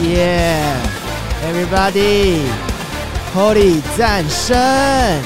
Yeah, everybody, Holy 战神。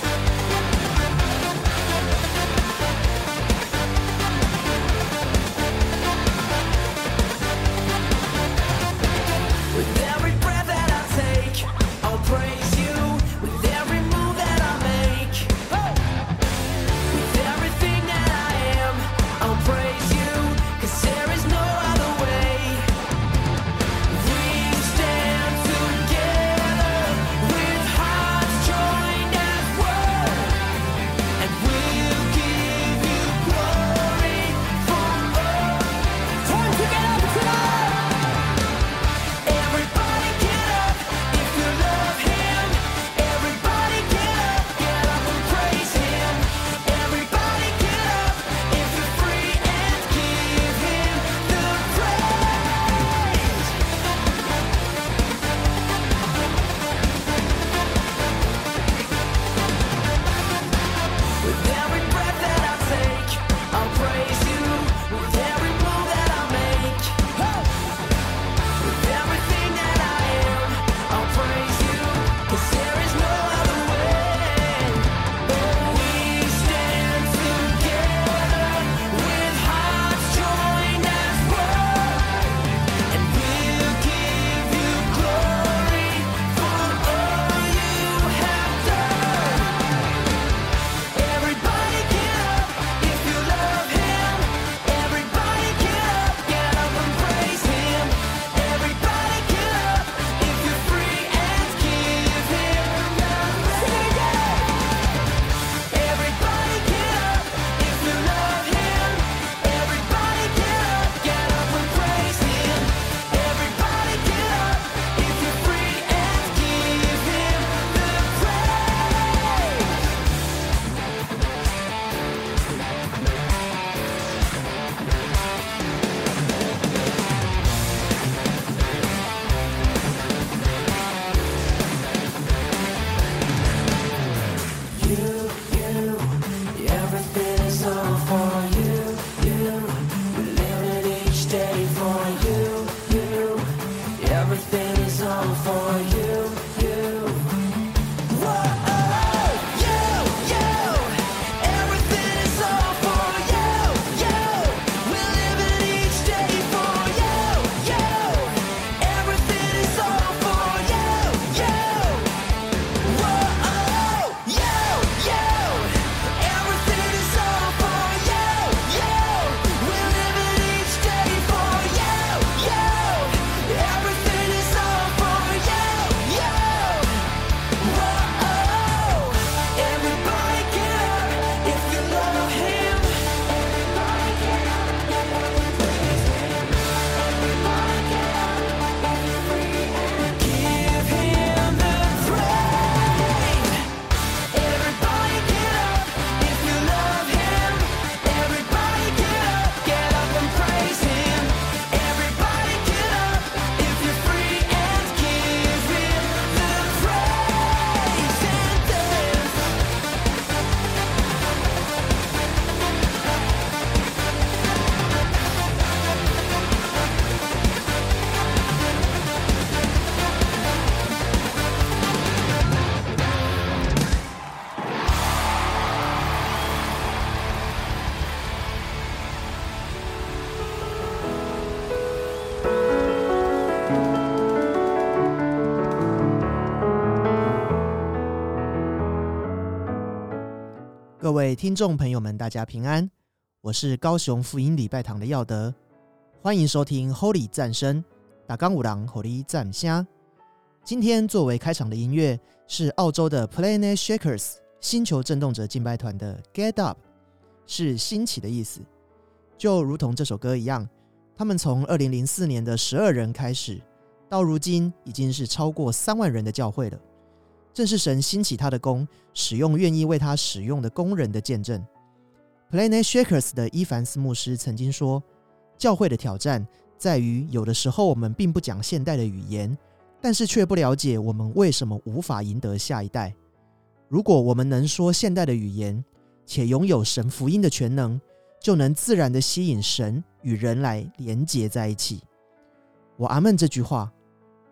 各位听众朋友们，大家平安，我是高雄福音礼拜堂的耀德，欢迎收听 Holy 战声，大港有人 Holy 战声。今天作为开场的音乐是澳洲的 Planet Shakers 星球震动者敬拜团的 Get Up， 是兴起的意思，就如同这首歌一样，他们从2004年的12人开始，到如今已经是超过3万人的教会了。正是神兴起他的工，使用愿意为他使用的工人的见证。Planet Shakers 的伊凡斯牧师曾经说，教会的挑战在于有的时候我们并不讲现代的语言，但是却不了解我们为什么无法赢得下一代。如果我们能说现代的语言，且拥有神福音的全能，就能自然地吸引神与人来连结在一起。我阿们这句话，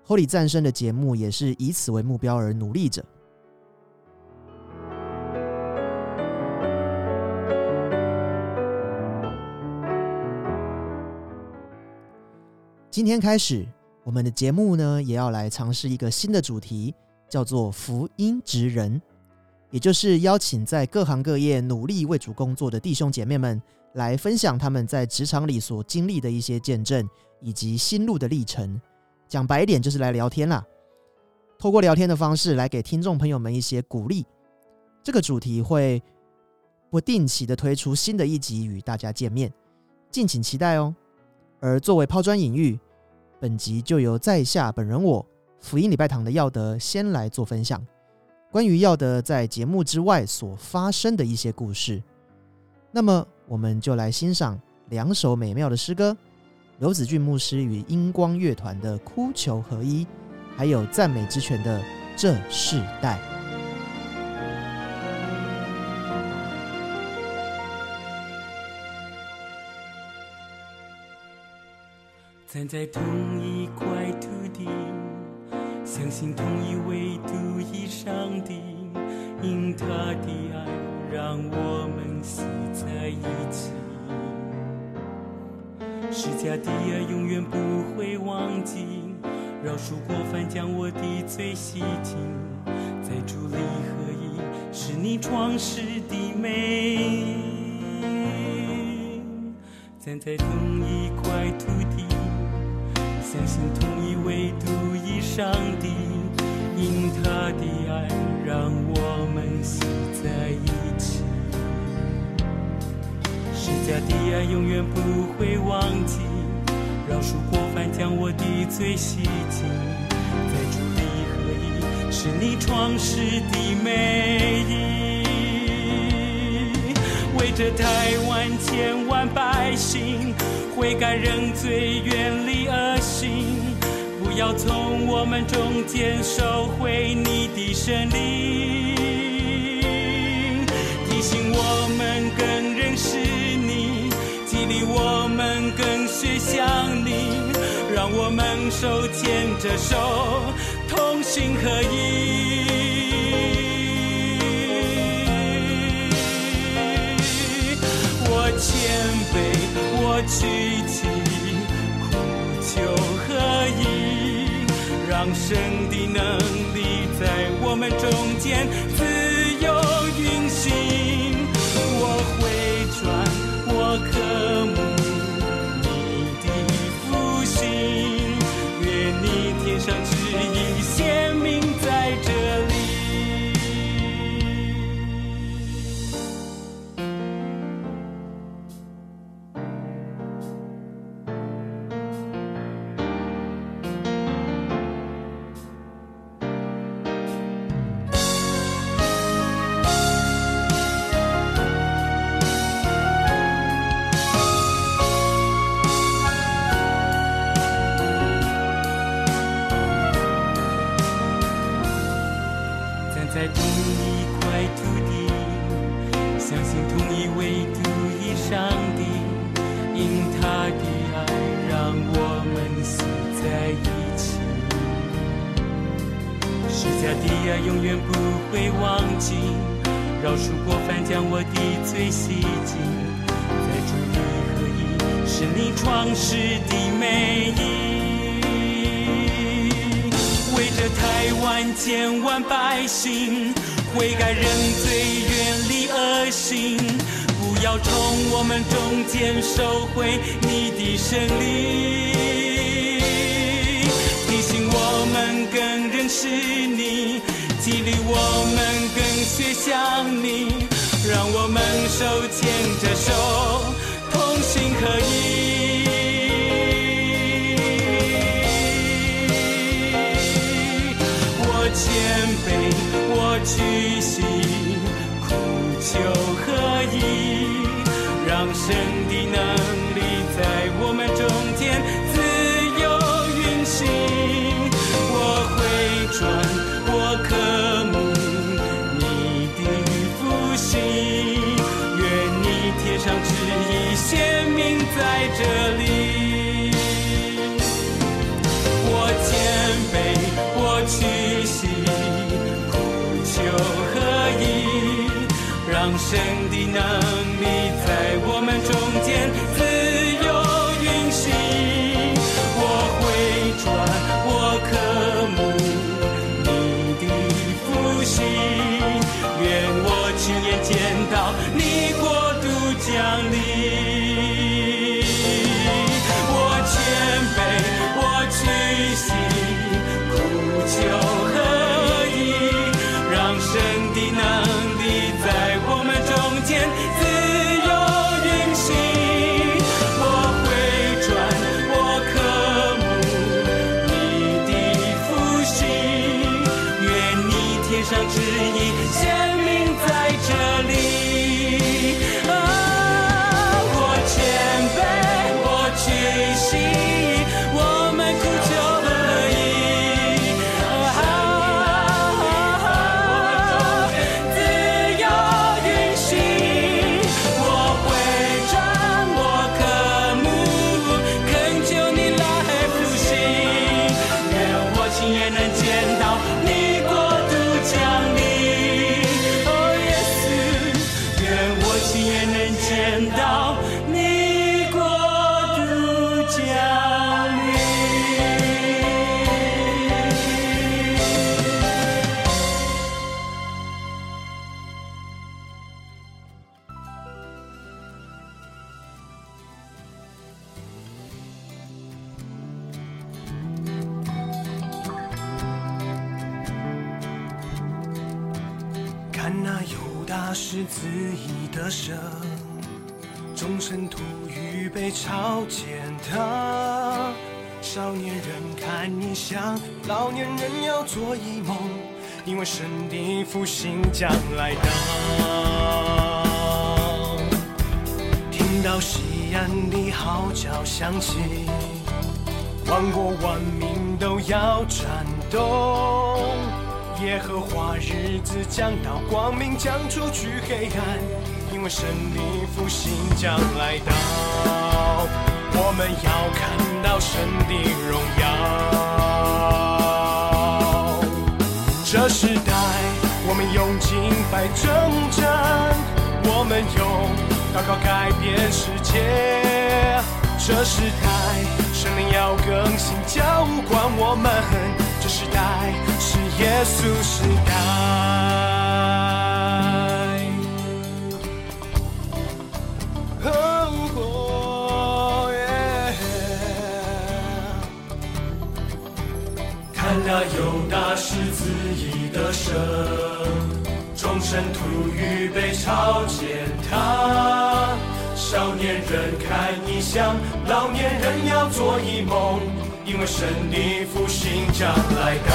Holy 战声的节目也是以此为目标而努力着。今天开始，我们的节目呢也要来尝试一个新的主题，叫做福音职人，也就是邀请在各行各业努力为主工作的弟兄姐妹们来分享他们在职场里所经历的一些见证以及心路的历程。讲白一点就是来聊天啦，透过聊天的方式来给听众朋友们一些鼓励。这个主题会不定期的推出新的一集与大家见面，敬请期待哦。而作为抛砖引玉，本集就由在下本人我福音礼拜堂的耀德先来做分享，关于耀德在节目之外所发生的一些故事。那么我们就来欣赏2首美妙的诗歌，刘子俊牧师与音光乐团的哭求合一，还有赞美之泉的这世代。 站在同一块土地，相信同一位独一上帝，因他的爱让我们系在一起。十架的爱永远不会忘记，饶恕过犯将我的罪洗净，在主里合一，是你创世的美意。站在同一块土地，相信同一位独一上帝，因他的爱让我们系在一起。十架的爱永远不会忘记，饶恕过犯将我的罪洗净，在主里合一，是你创世的美意。为着台湾千万百姓悔改认罪远离恶行，不要从我们中间收回你的圣灵，提醒我们更认识你，激励我们更学像你，让我们手牵着手同心合一。我谦卑，我举起，苦求合一，让神的能力在我们中间自由运行。我回转，我渴慕你的复兴，愿你天上旨意显明在这里。在同一块土地，相信同一位独一上帝，因他的爱让我们系在一起。十架的爱永远不会忘记，饶恕过犯将我的罪洗净，在主里合一，是你创世的美意。为着台湾千万百姓悔改认罪远离恶行，不要从我们中间收回你的圣灵，提醒我们更认识你，激励我们更学像你，让我们手牵着手同心合一。谦卑，我举起，苦求合一，让神的能力在我们中间自由运行。我回转，我渴慕你的复兴，愿你天上旨意显明在这里。我谦卑， 神的能力在我们中间自由运行。我会转，我渴慕你的复兴，愿我亲眼见到你国度降临。我谦卑，我屈膝，苦求合一，让神的能力在我们中间自由运行。我会转，我渴慕你的复兴，愿你天上旨意显明在这里。我谦卑，我屈膝，我们苦求合一。自由运行，我会转，我渴慕，恳求你来复兴，愿我亲眼能见到你国度降临。哦，耶稣，愿我亲眼能见到你国度降临。 看那犹大狮子已得胜，众圣徒预备朝见他。少年人看异象，老年人要做异梦，因为神的复兴将来到。听到西安的号角响起，万国万民都要颤动。耶和华日子将到，光明将除去黑暗，因为神的复兴将来到。我们要看到神的荣耀。这时代我们用敬拜征战，我们用祷告改变世界。这时代神灵要更新浇灌我们，这时代是耶稣时代。看那犹大狮子已得胜，众圣徒预备朝见他。少年人看异象，老年人要做异梦，因为神的复兴将来到。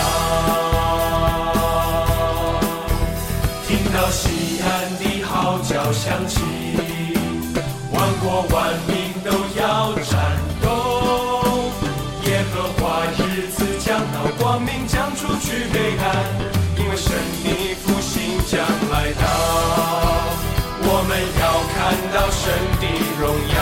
听到西安的号角响起，万国万民都要颤动。耶和华日子将到，光明将除去黑暗，因为神的复兴将来到。我们要看到神的荣耀。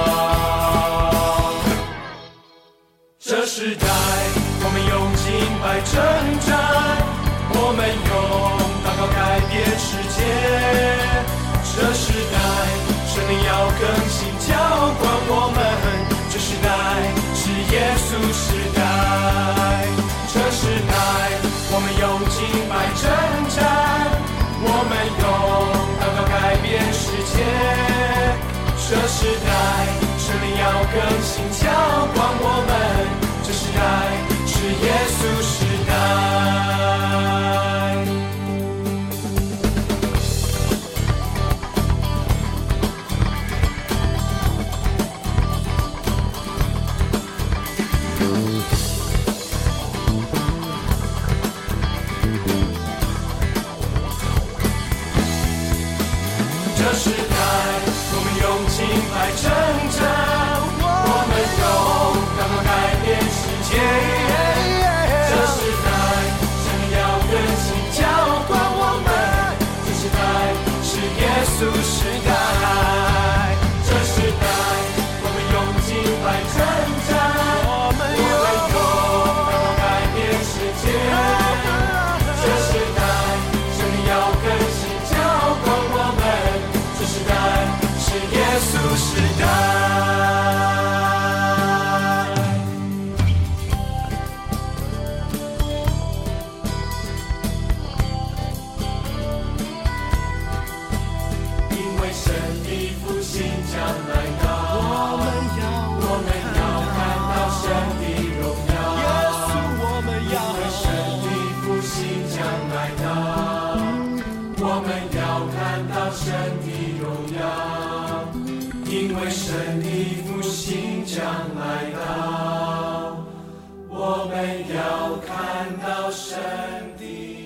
这时代我们用敬拜征战，我们用祷告改变世界。这时代神灵要更新浇灌我们，这时代是耶稣时代。这时代我们用敬拜征战，我们用祷告改变世界。这时代神灵要更新浇灌我们，这时代是耶稣时代。这时代我们用敬拜征战，我们用因为神的复兴将来到，我们要看到神的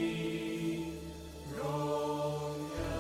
荣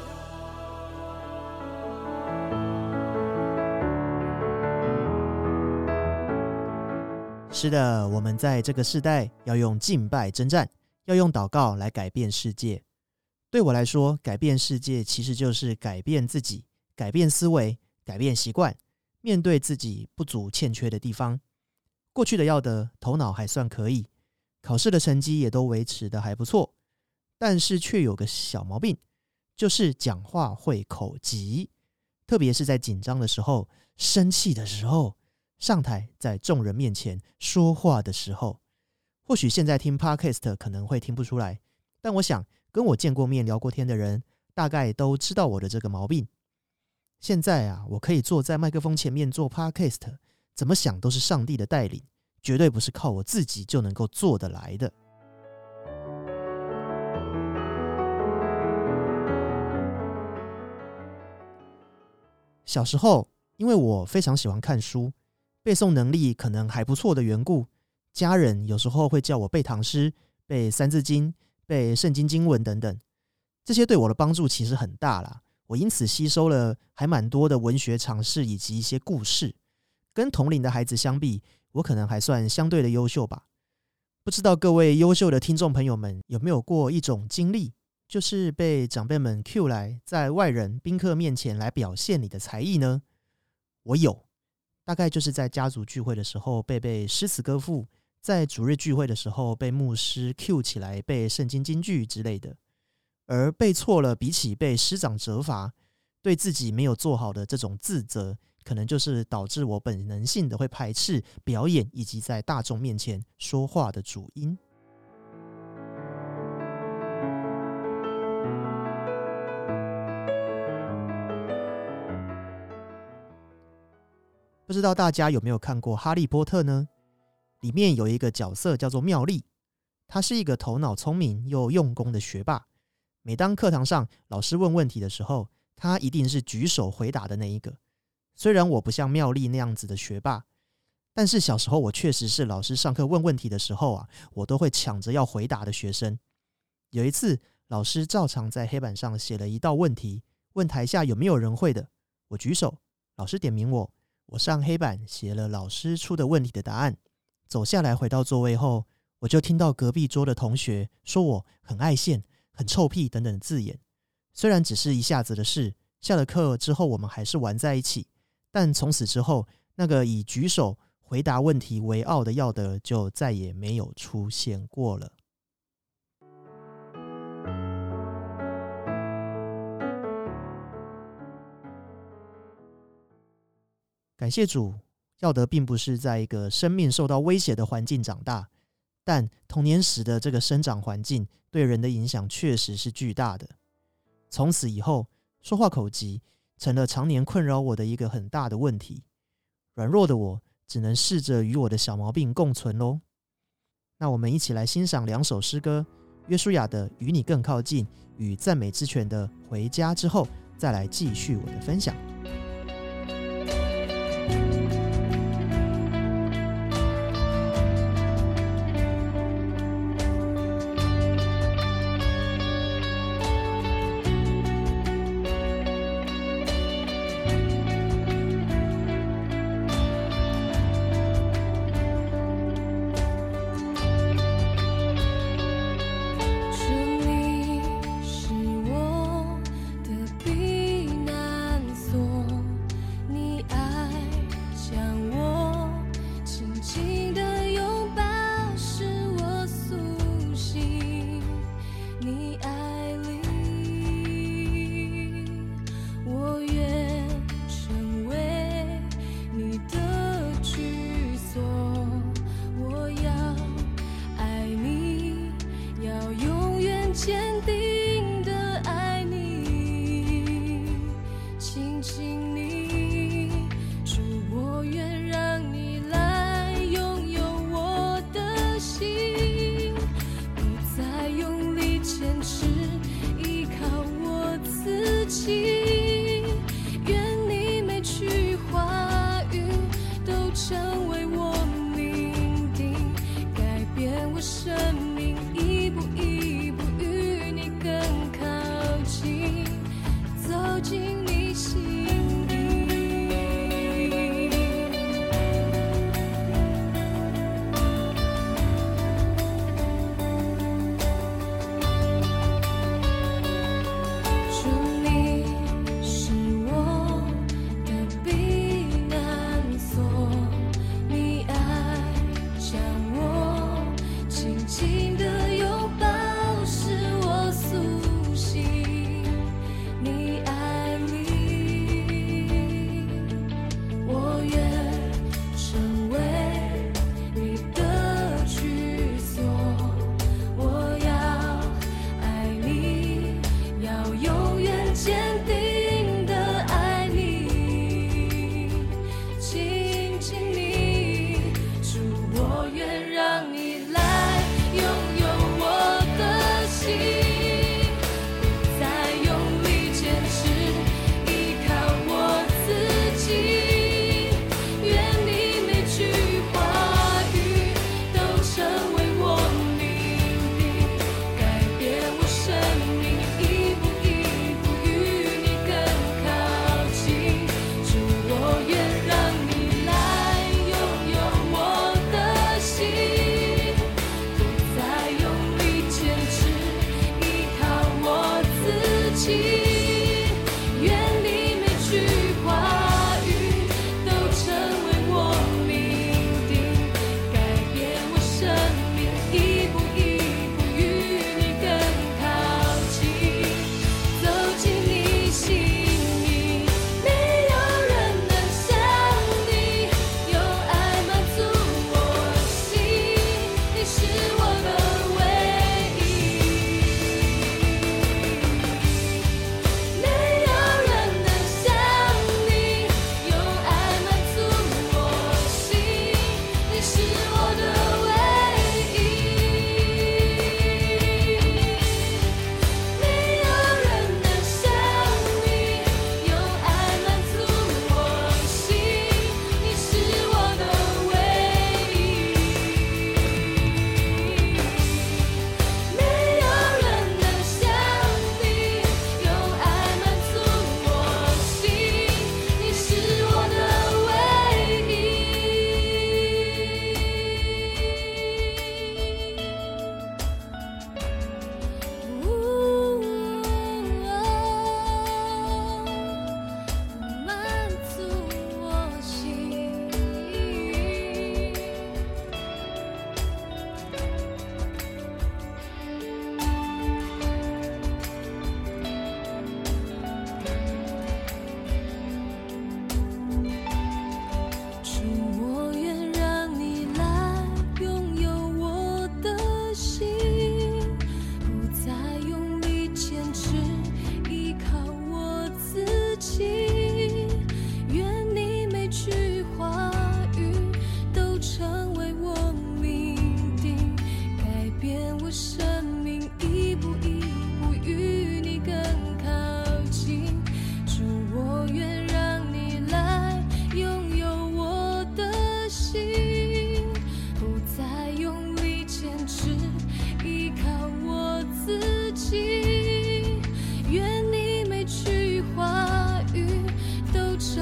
耀。是的，我们在这个世代要用敬拜征战，要用祷告来改变世界。对我来说，改变世界其实就是改变自己，改变思维，改变习惯，面对自己不足欠缺的地方。过去的耀德头脑还算可以，考试的成绩也都维持得还不错，但是却有个小毛病，就是讲话会口急，特别是在紧张的时候、生气的时候、上台在众人面前说话的时候。或许现在听 Podcast 可能会听不出来，但我想跟我见过面聊过天的人大概都知道我的这个毛病。现在啊，我可以坐在麦克风前面做 Podcast， 怎么想都是上帝的带领，绝对不是靠我自己就能够做得来的。小时候，因为我非常喜欢看书，背诵能力可能还不错的缘故，家人有时候会叫我背唐诗、背三字经、背圣经经文等等，这些对我的帮助其实很大啦。我因此吸收了还蛮多的文学常识以及一些故事，跟同龄的孩子相比，我可能还算相对的优秀吧。不知道各位优秀的听众朋友们有没有过一种经历，就是被长辈们 cue 来在外人宾客面前来表现你的才艺呢？我有，大概就是在家族聚会的时候背诗词歌赋，在主日聚会的时候被牧师 cue 起来背圣经金句之类的。而背错了，比起被师长责罚，对自己没有做好的这种自责，可能就是导致我本能性的会排斥表演以及在大众面前说话的主因。不知道大家有没有看过《哈利波特》呢？里面有一个角色叫做妙丽，他是一个头脑聪明又用功的学霸。每当课堂上老师问问题的时候，他一定是举手回答的那一个。虽然我不像妙丽那样子的学霸，但是小时候我确实是老师上课问问题的时候啊，我都会抢着要回答的学生。有一次，老师照常在黑板上写了一道问题，问台下有没有人会的。我举手，老师点名我，我上黑板写了老师出的问题的答案。走下来回到座位后，我就听到隔壁桌的同学说我很爱现、很臭屁等等的字眼。虽然只是一下子的事，下了课之后我们还是玩在一起，但从此之后，那个以举手回答问题为傲的耀德就再也没有出现过了。感谢主，耀德并不是在一个生命受到威胁的环境长大，但童年时的这个生长环境对人的影响确实是巨大的。从此以后，说话口急成了常年困扰我的一个很大的问题。软弱的我只能试着与我的小毛病共存咯。那我们一起来欣赏两首诗歌，约书亚的《与你更靠近》与赞美之泉的《回家》之后，再来继续我的分享。 愿你没去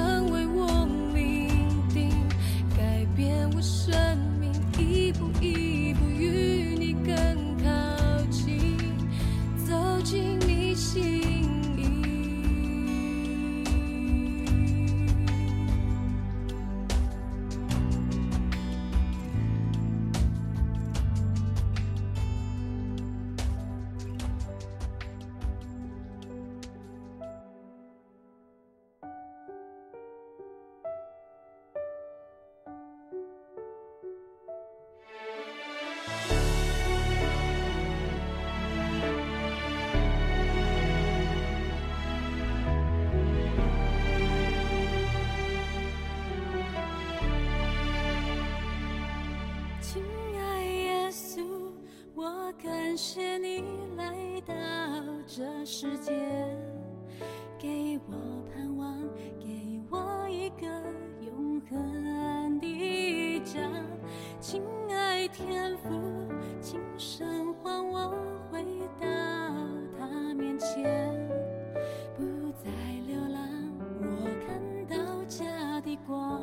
成为我命定，改变我生命，一步一步与你更靠近，走进你心意。亲爱耶稣，我感谢你来到这世界，给我盼望，给我一个永恒的家。亲爱天父，请神还我回到他面前，不再流浪，我看到家的光。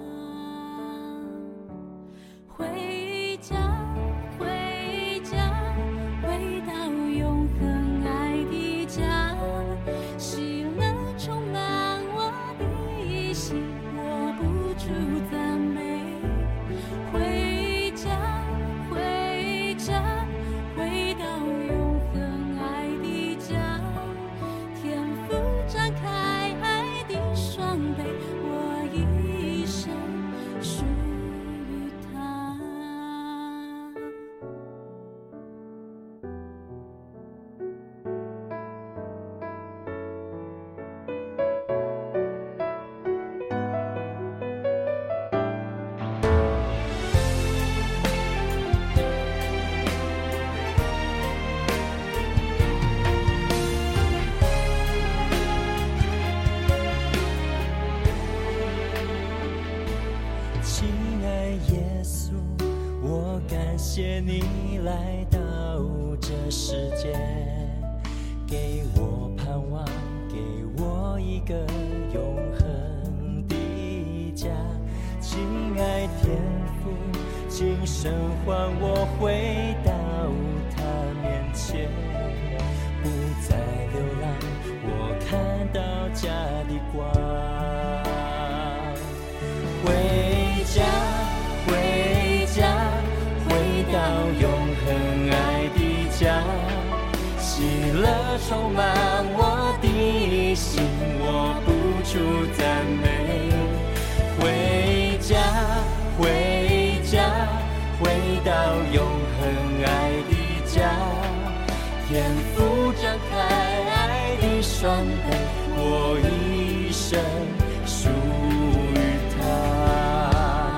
回家，回家，回到永恒爱的家，喜乐充满我的心，握不住赞美。回家，回家，回到永恒爱的家，天父展开爱的双臂，我一生属于他。 亲爱耶稣，我感谢你来到这世界，给我盼望，给我一个永恒的家。亲爱天父，请神还我回到他面前，不再流浪，我看到家的光。回家，回家，回到永恒爱的家，喜乐充满我的心，握不住赞美。回家，回家，回到永恒爱的家，天父张开爱的双臂，我一生属于他。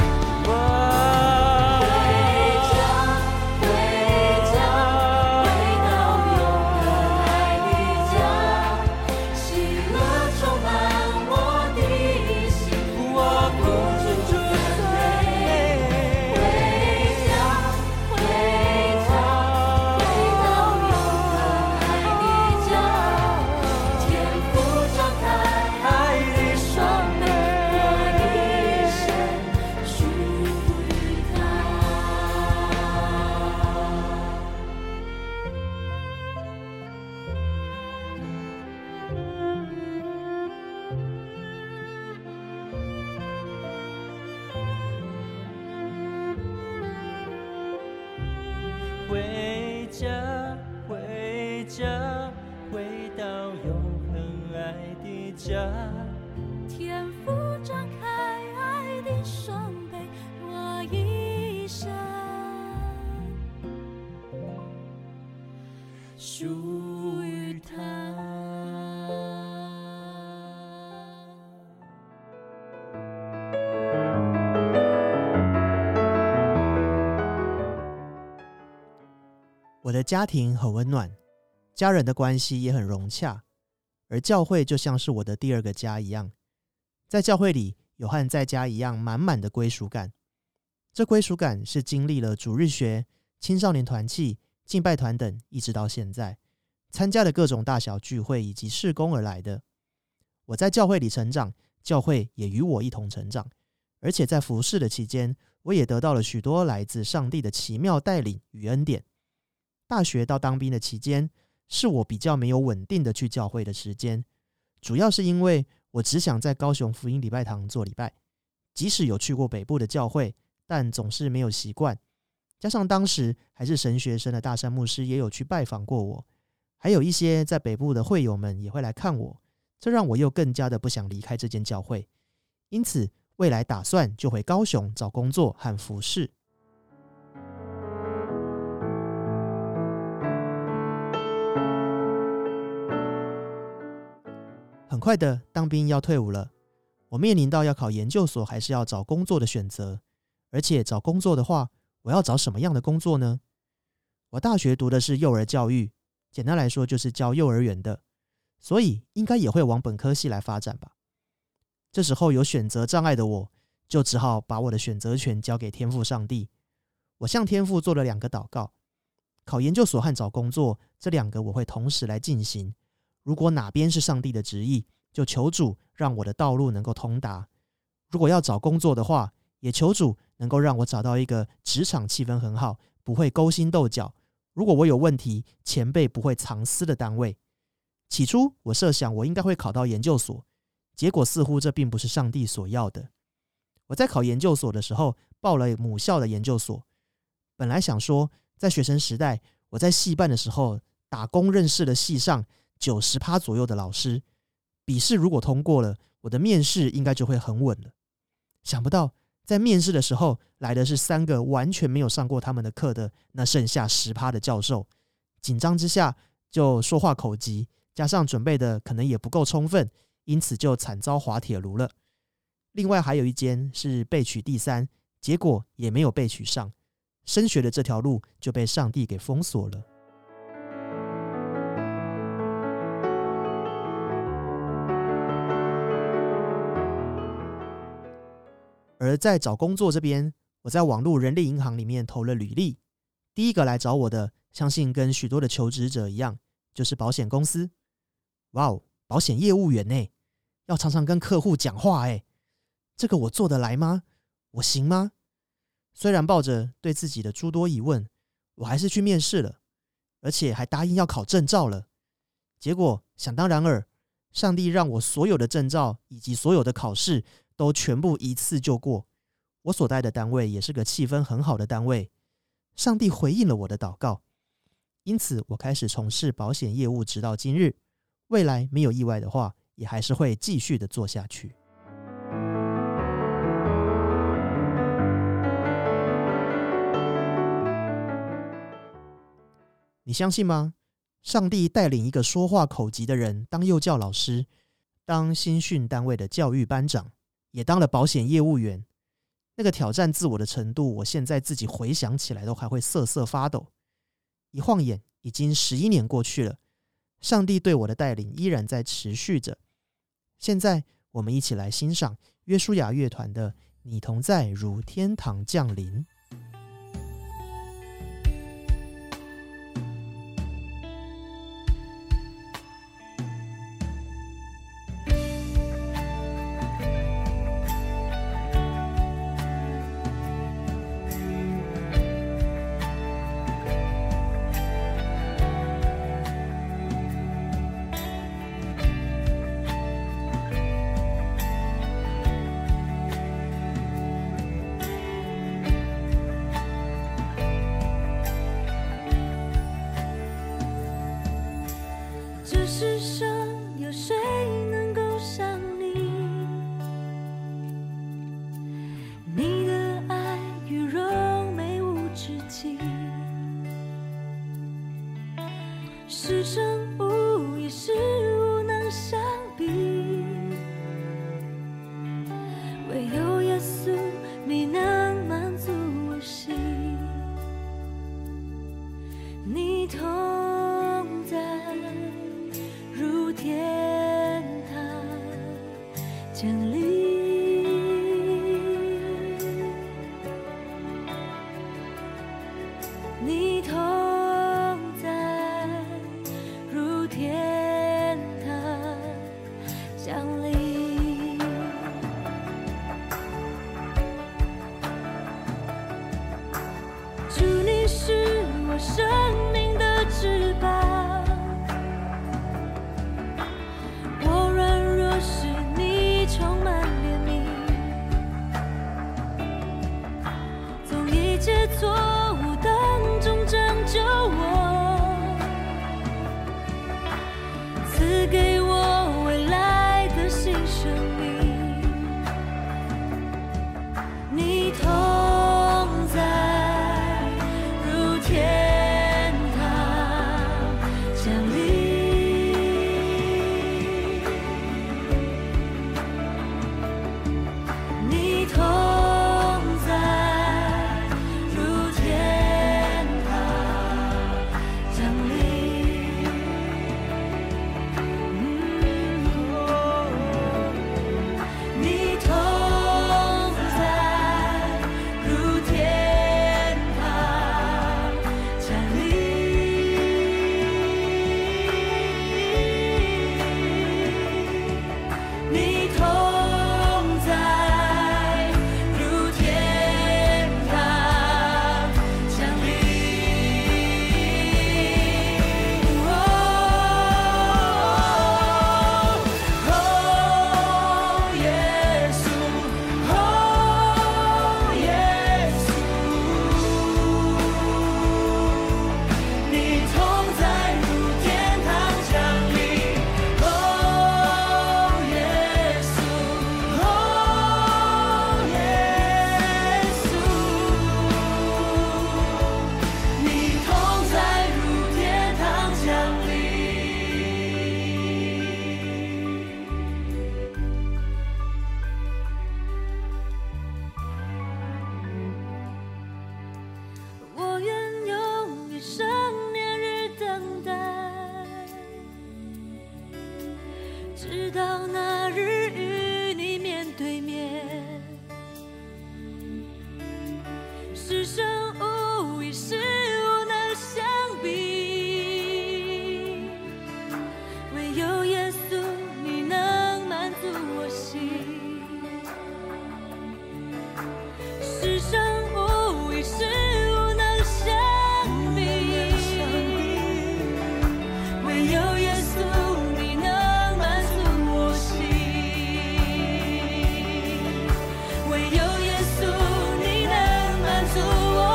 回家，回家，回到永恒爱的家， 天父张开爱的双臂，我一生属于他。 我的家庭很温暖，家人的关系也很融洽，而教会就像是我的第二个家一样。在教会里有和在家一样满满的归属感，这归属感是经历了主日学、青少年团契、敬拜团等，一直到现在参加了各种大小聚会以及事工而来的。我在教会里成长， 教会也与我一同成长，而且在服侍的期间，我也得到了许多来自上帝的奇妙带领与恩典。大学到当兵的期间，是我比较没有稳定的去教会的时间，主要是因为我只想在高雄福音礼拜堂做礼拜，即使有去过北部的教会，但总是没有习惯。加上当时还是神学生的大山牧师也有去拜访过我，还有一些在北部的会友们也会来看我，这让我又更加的不想离开这间教会。因此未来打算就回高雄找工作和服侍。很快的，当兵要退伍了，我面临到要考研究所还是要找工作的选择。而且找工作的话，我要找什么样的工作呢？我大学读的是幼儿教育，简单来说就是教幼儿园的，所以应该也会往本科系来发展吧。这时候有选择障碍的我，就只好把我的选择权交给天父上帝。我向天父做了2个祷告，考研究所和找工作这2个我会同时来进行。如果哪边是上帝的旨意，就求主让我的道路能够通达。如果要找工作的话，也求主能够让我找到一个职场气氛很好，不会勾心斗角，如果我有问题，前辈不会藏私的单位。起初我设想我应该会考到研究所，结果似乎这并不是上帝所要的。我在考研究所的时候报了母校的研究所，本来想说在学生时代我在系办的时候打工认识了系上 90% 左右的老师，笔试如果通过了，我的面试应该就会很稳了。想不到在面试的时候来的是3个完全没有上过他们的课的那剩下 10% 的教授，紧张之下就说话口急，加上准备的可能也不够充分，因此就惨遭滑铁卢了。另外还有一间是被取第3，结果也没有被取上，升学的这条路就被上帝给封锁了。而在找工作这边，我在网络人力银行里面投了履历，第一个来找我的，相信跟许多的求职者一样，就是保险公司。哇哦，保险业务员耶，要常常跟客户讲话耶，这个我做得来吗？我行吗？虽然抱着对自己的诸多疑问，我还是去面试了，而且还答应要考证照了。结果想当然尔，上帝让我所有的证照以及所有的考试都全部一次就过。我所待的单位也是个气氛很好的单位，上帝回应了我的祷告，因此我开始从事保险业务直到今日，未来没有意外的话，也还是会继续的做下去。你相信吗？上帝带领一个说话口急的人当幼教老师，当新训单位的教育班长，也当了保险业务员。那个挑战自我的程度，我现在自己回想起来都还会瑟瑟发抖。一晃眼已经11年过去了，上帝对我的带领依然在持续着。现在我们一起来欣赏约书亚乐团的《你同在如天堂降临》。 这世上有谁能够像你？你的爱与荣美无止境，是生无也是无能相比。唯有耶稣，你能满足我心。你同在如天堂降临，你同在如天堂降临。 切错误当中拯救我，赐给我未来的新生命。你同在，如天堂降临。你同在，如天堂降临。你同在，如天堂降临。你同在，如天堂降临。哦，耶稣，哦，耶稣，你同在，如天堂降临。哦，耶稣，哦，耶稣，你同在，如天堂降临。我愿用一生年日等待，直到那日与你面对面。世上无一事无能相比，唯有耶稣你能满足我心。世上无一事无能相比，唯有耶稣你能满足我心。唯有耶稣你能满足我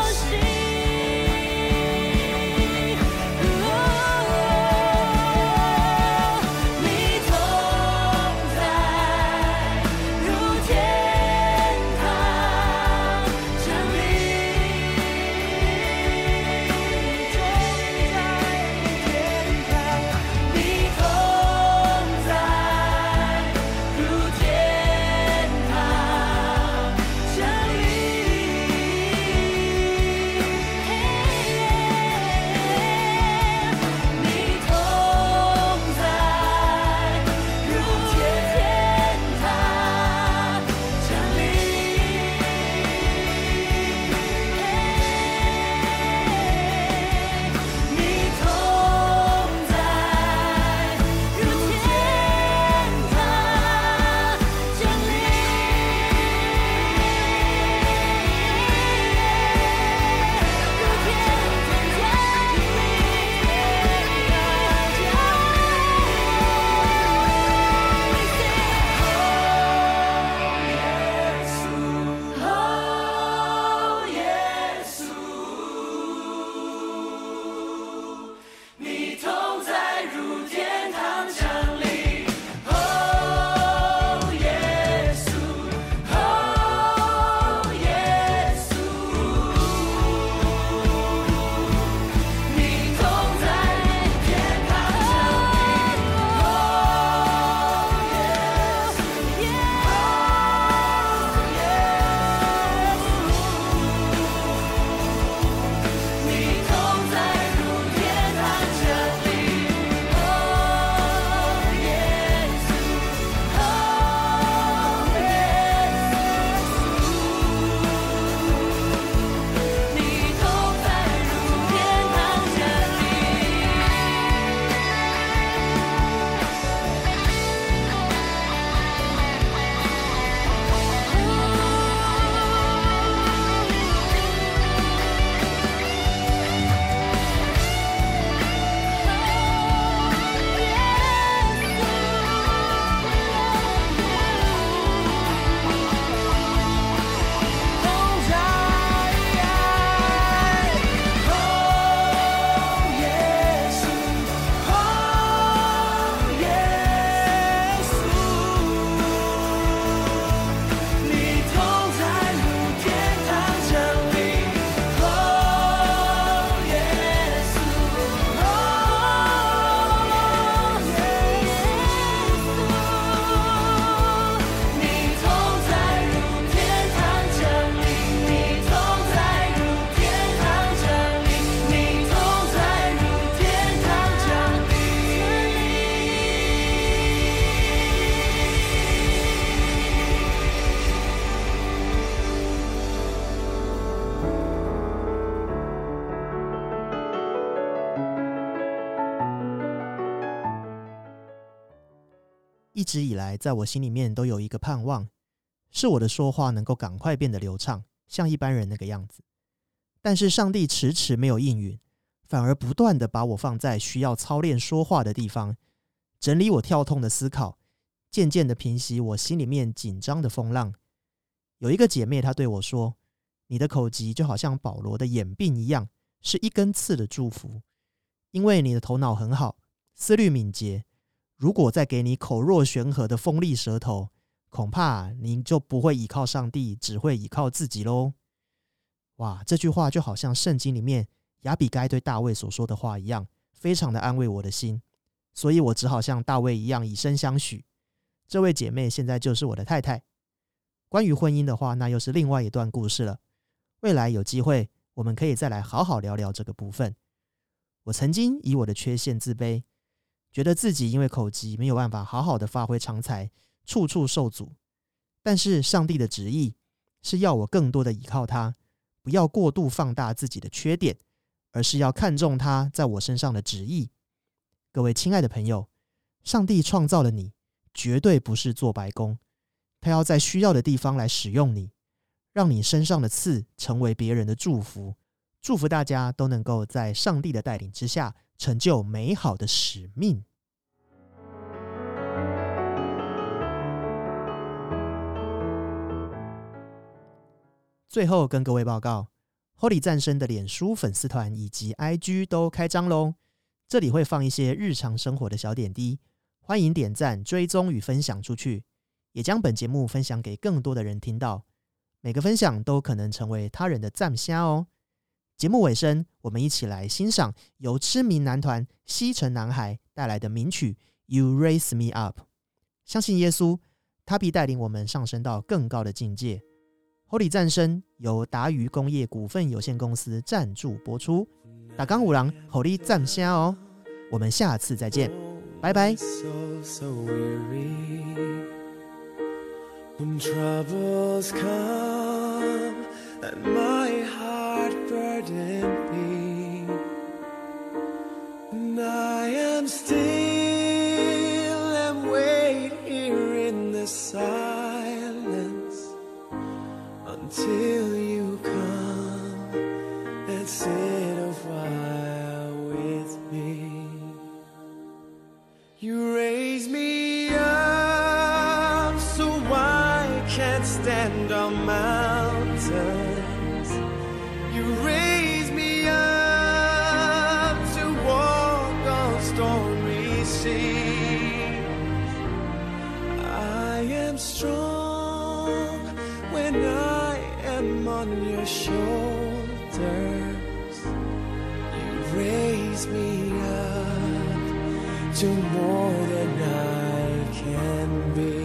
一直以来在我心里面都有一个盼望，是我的说话能够赶快变得流畅，像一般人那个样子。但是上帝迟迟没有应允，反而不断的把我放在需要操练说话的地方，整理我跳痛的思考，渐渐的平息我心里面紧张的风浪。有一个姐妹她对我说，你的口疾就好像保罗的眼病一样，是一根刺的祝福，因为你的头脑很好，思虑敏捷，如果再给你口若悬河的锋利舌头，恐怕您就不会倚靠上帝，只会倚靠自己咯。哇，这句话就好像圣经里面亚比该对大卫所说的话一样，非常的安慰我的心，所以我只好像大卫一样以身相许。这位姐妹现在就是我的太太。关于婚姻的话，那又是另外一段故事了，未来有机会我们可以再来好好聊聊这个部分。我曾经以我的缺陷自卑，觉得自己因为口疾没有办法好好的发挥长才，处处受阻。但是上帝的旨意是要我更多的依靠他，不要过度放大自己的缺点，而是要看重他在我身上的旨意。各位亲爱的朋友，上帝创造了你，绝对不是做白工，他要在需要的地方来使用你，让你身上的刺成为别人的祝福。祝福大家都能够在上帝的带领之下，成就美好的使命。最后跟各位报告， Holy 战声的脸书粉丝团以及 IG 都开张咯，这里会放一些日常生活的小点滴，欢迎点赞、追踪与分享出去，也将本节目分享给更多的人听到，每个分享都可能成为他人的赞虾哦。节目尾声，我们一起来欣赏由知名男团西城男孩带来的名曲 You Raise Me Up。 相信耶稣，他必带领我们上升到更高的境界。 Holy 战声由达渝工业股份有限公司赞助播出。大港有人 Holy 赞声哦，我们下次再见，拜拜。 When troubles come and my heart burden me, and I am still and wait here in the silence until you come and sit a while with me. You raise me up so I can't stand on mountains. You raise me up to walk on stormy seas. I am strong when I am on your shoulders. You raise me up to more than I can be.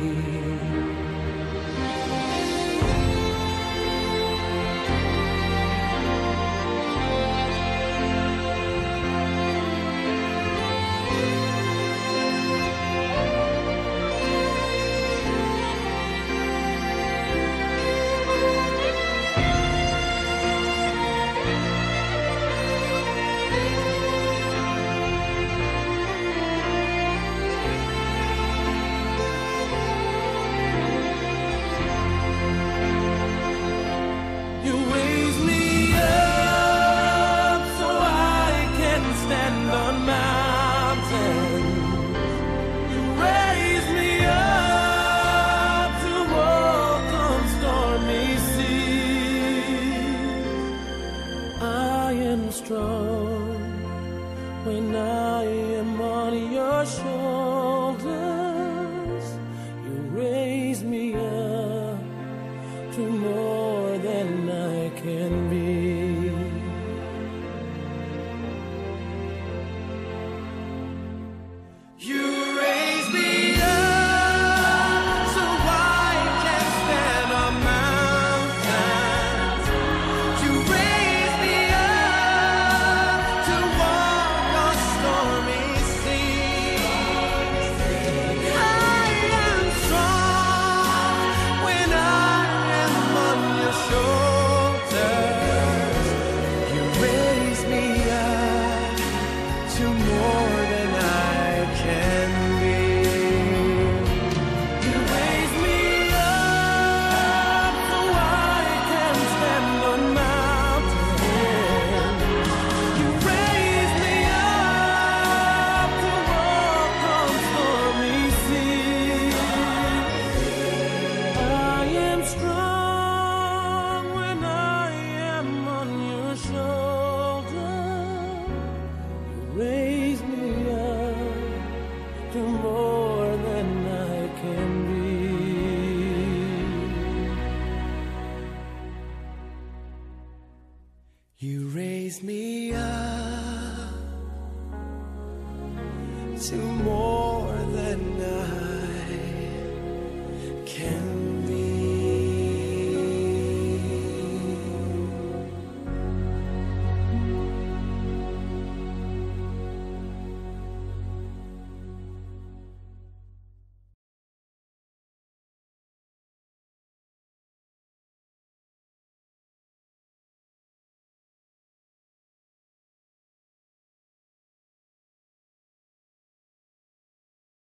Strong when I am on your shoulders. You raise me up to more than I can be. You raise me up so I can stand on mountains. You raise me up to walk on stormy seas. I am strong when I am on raise me up to more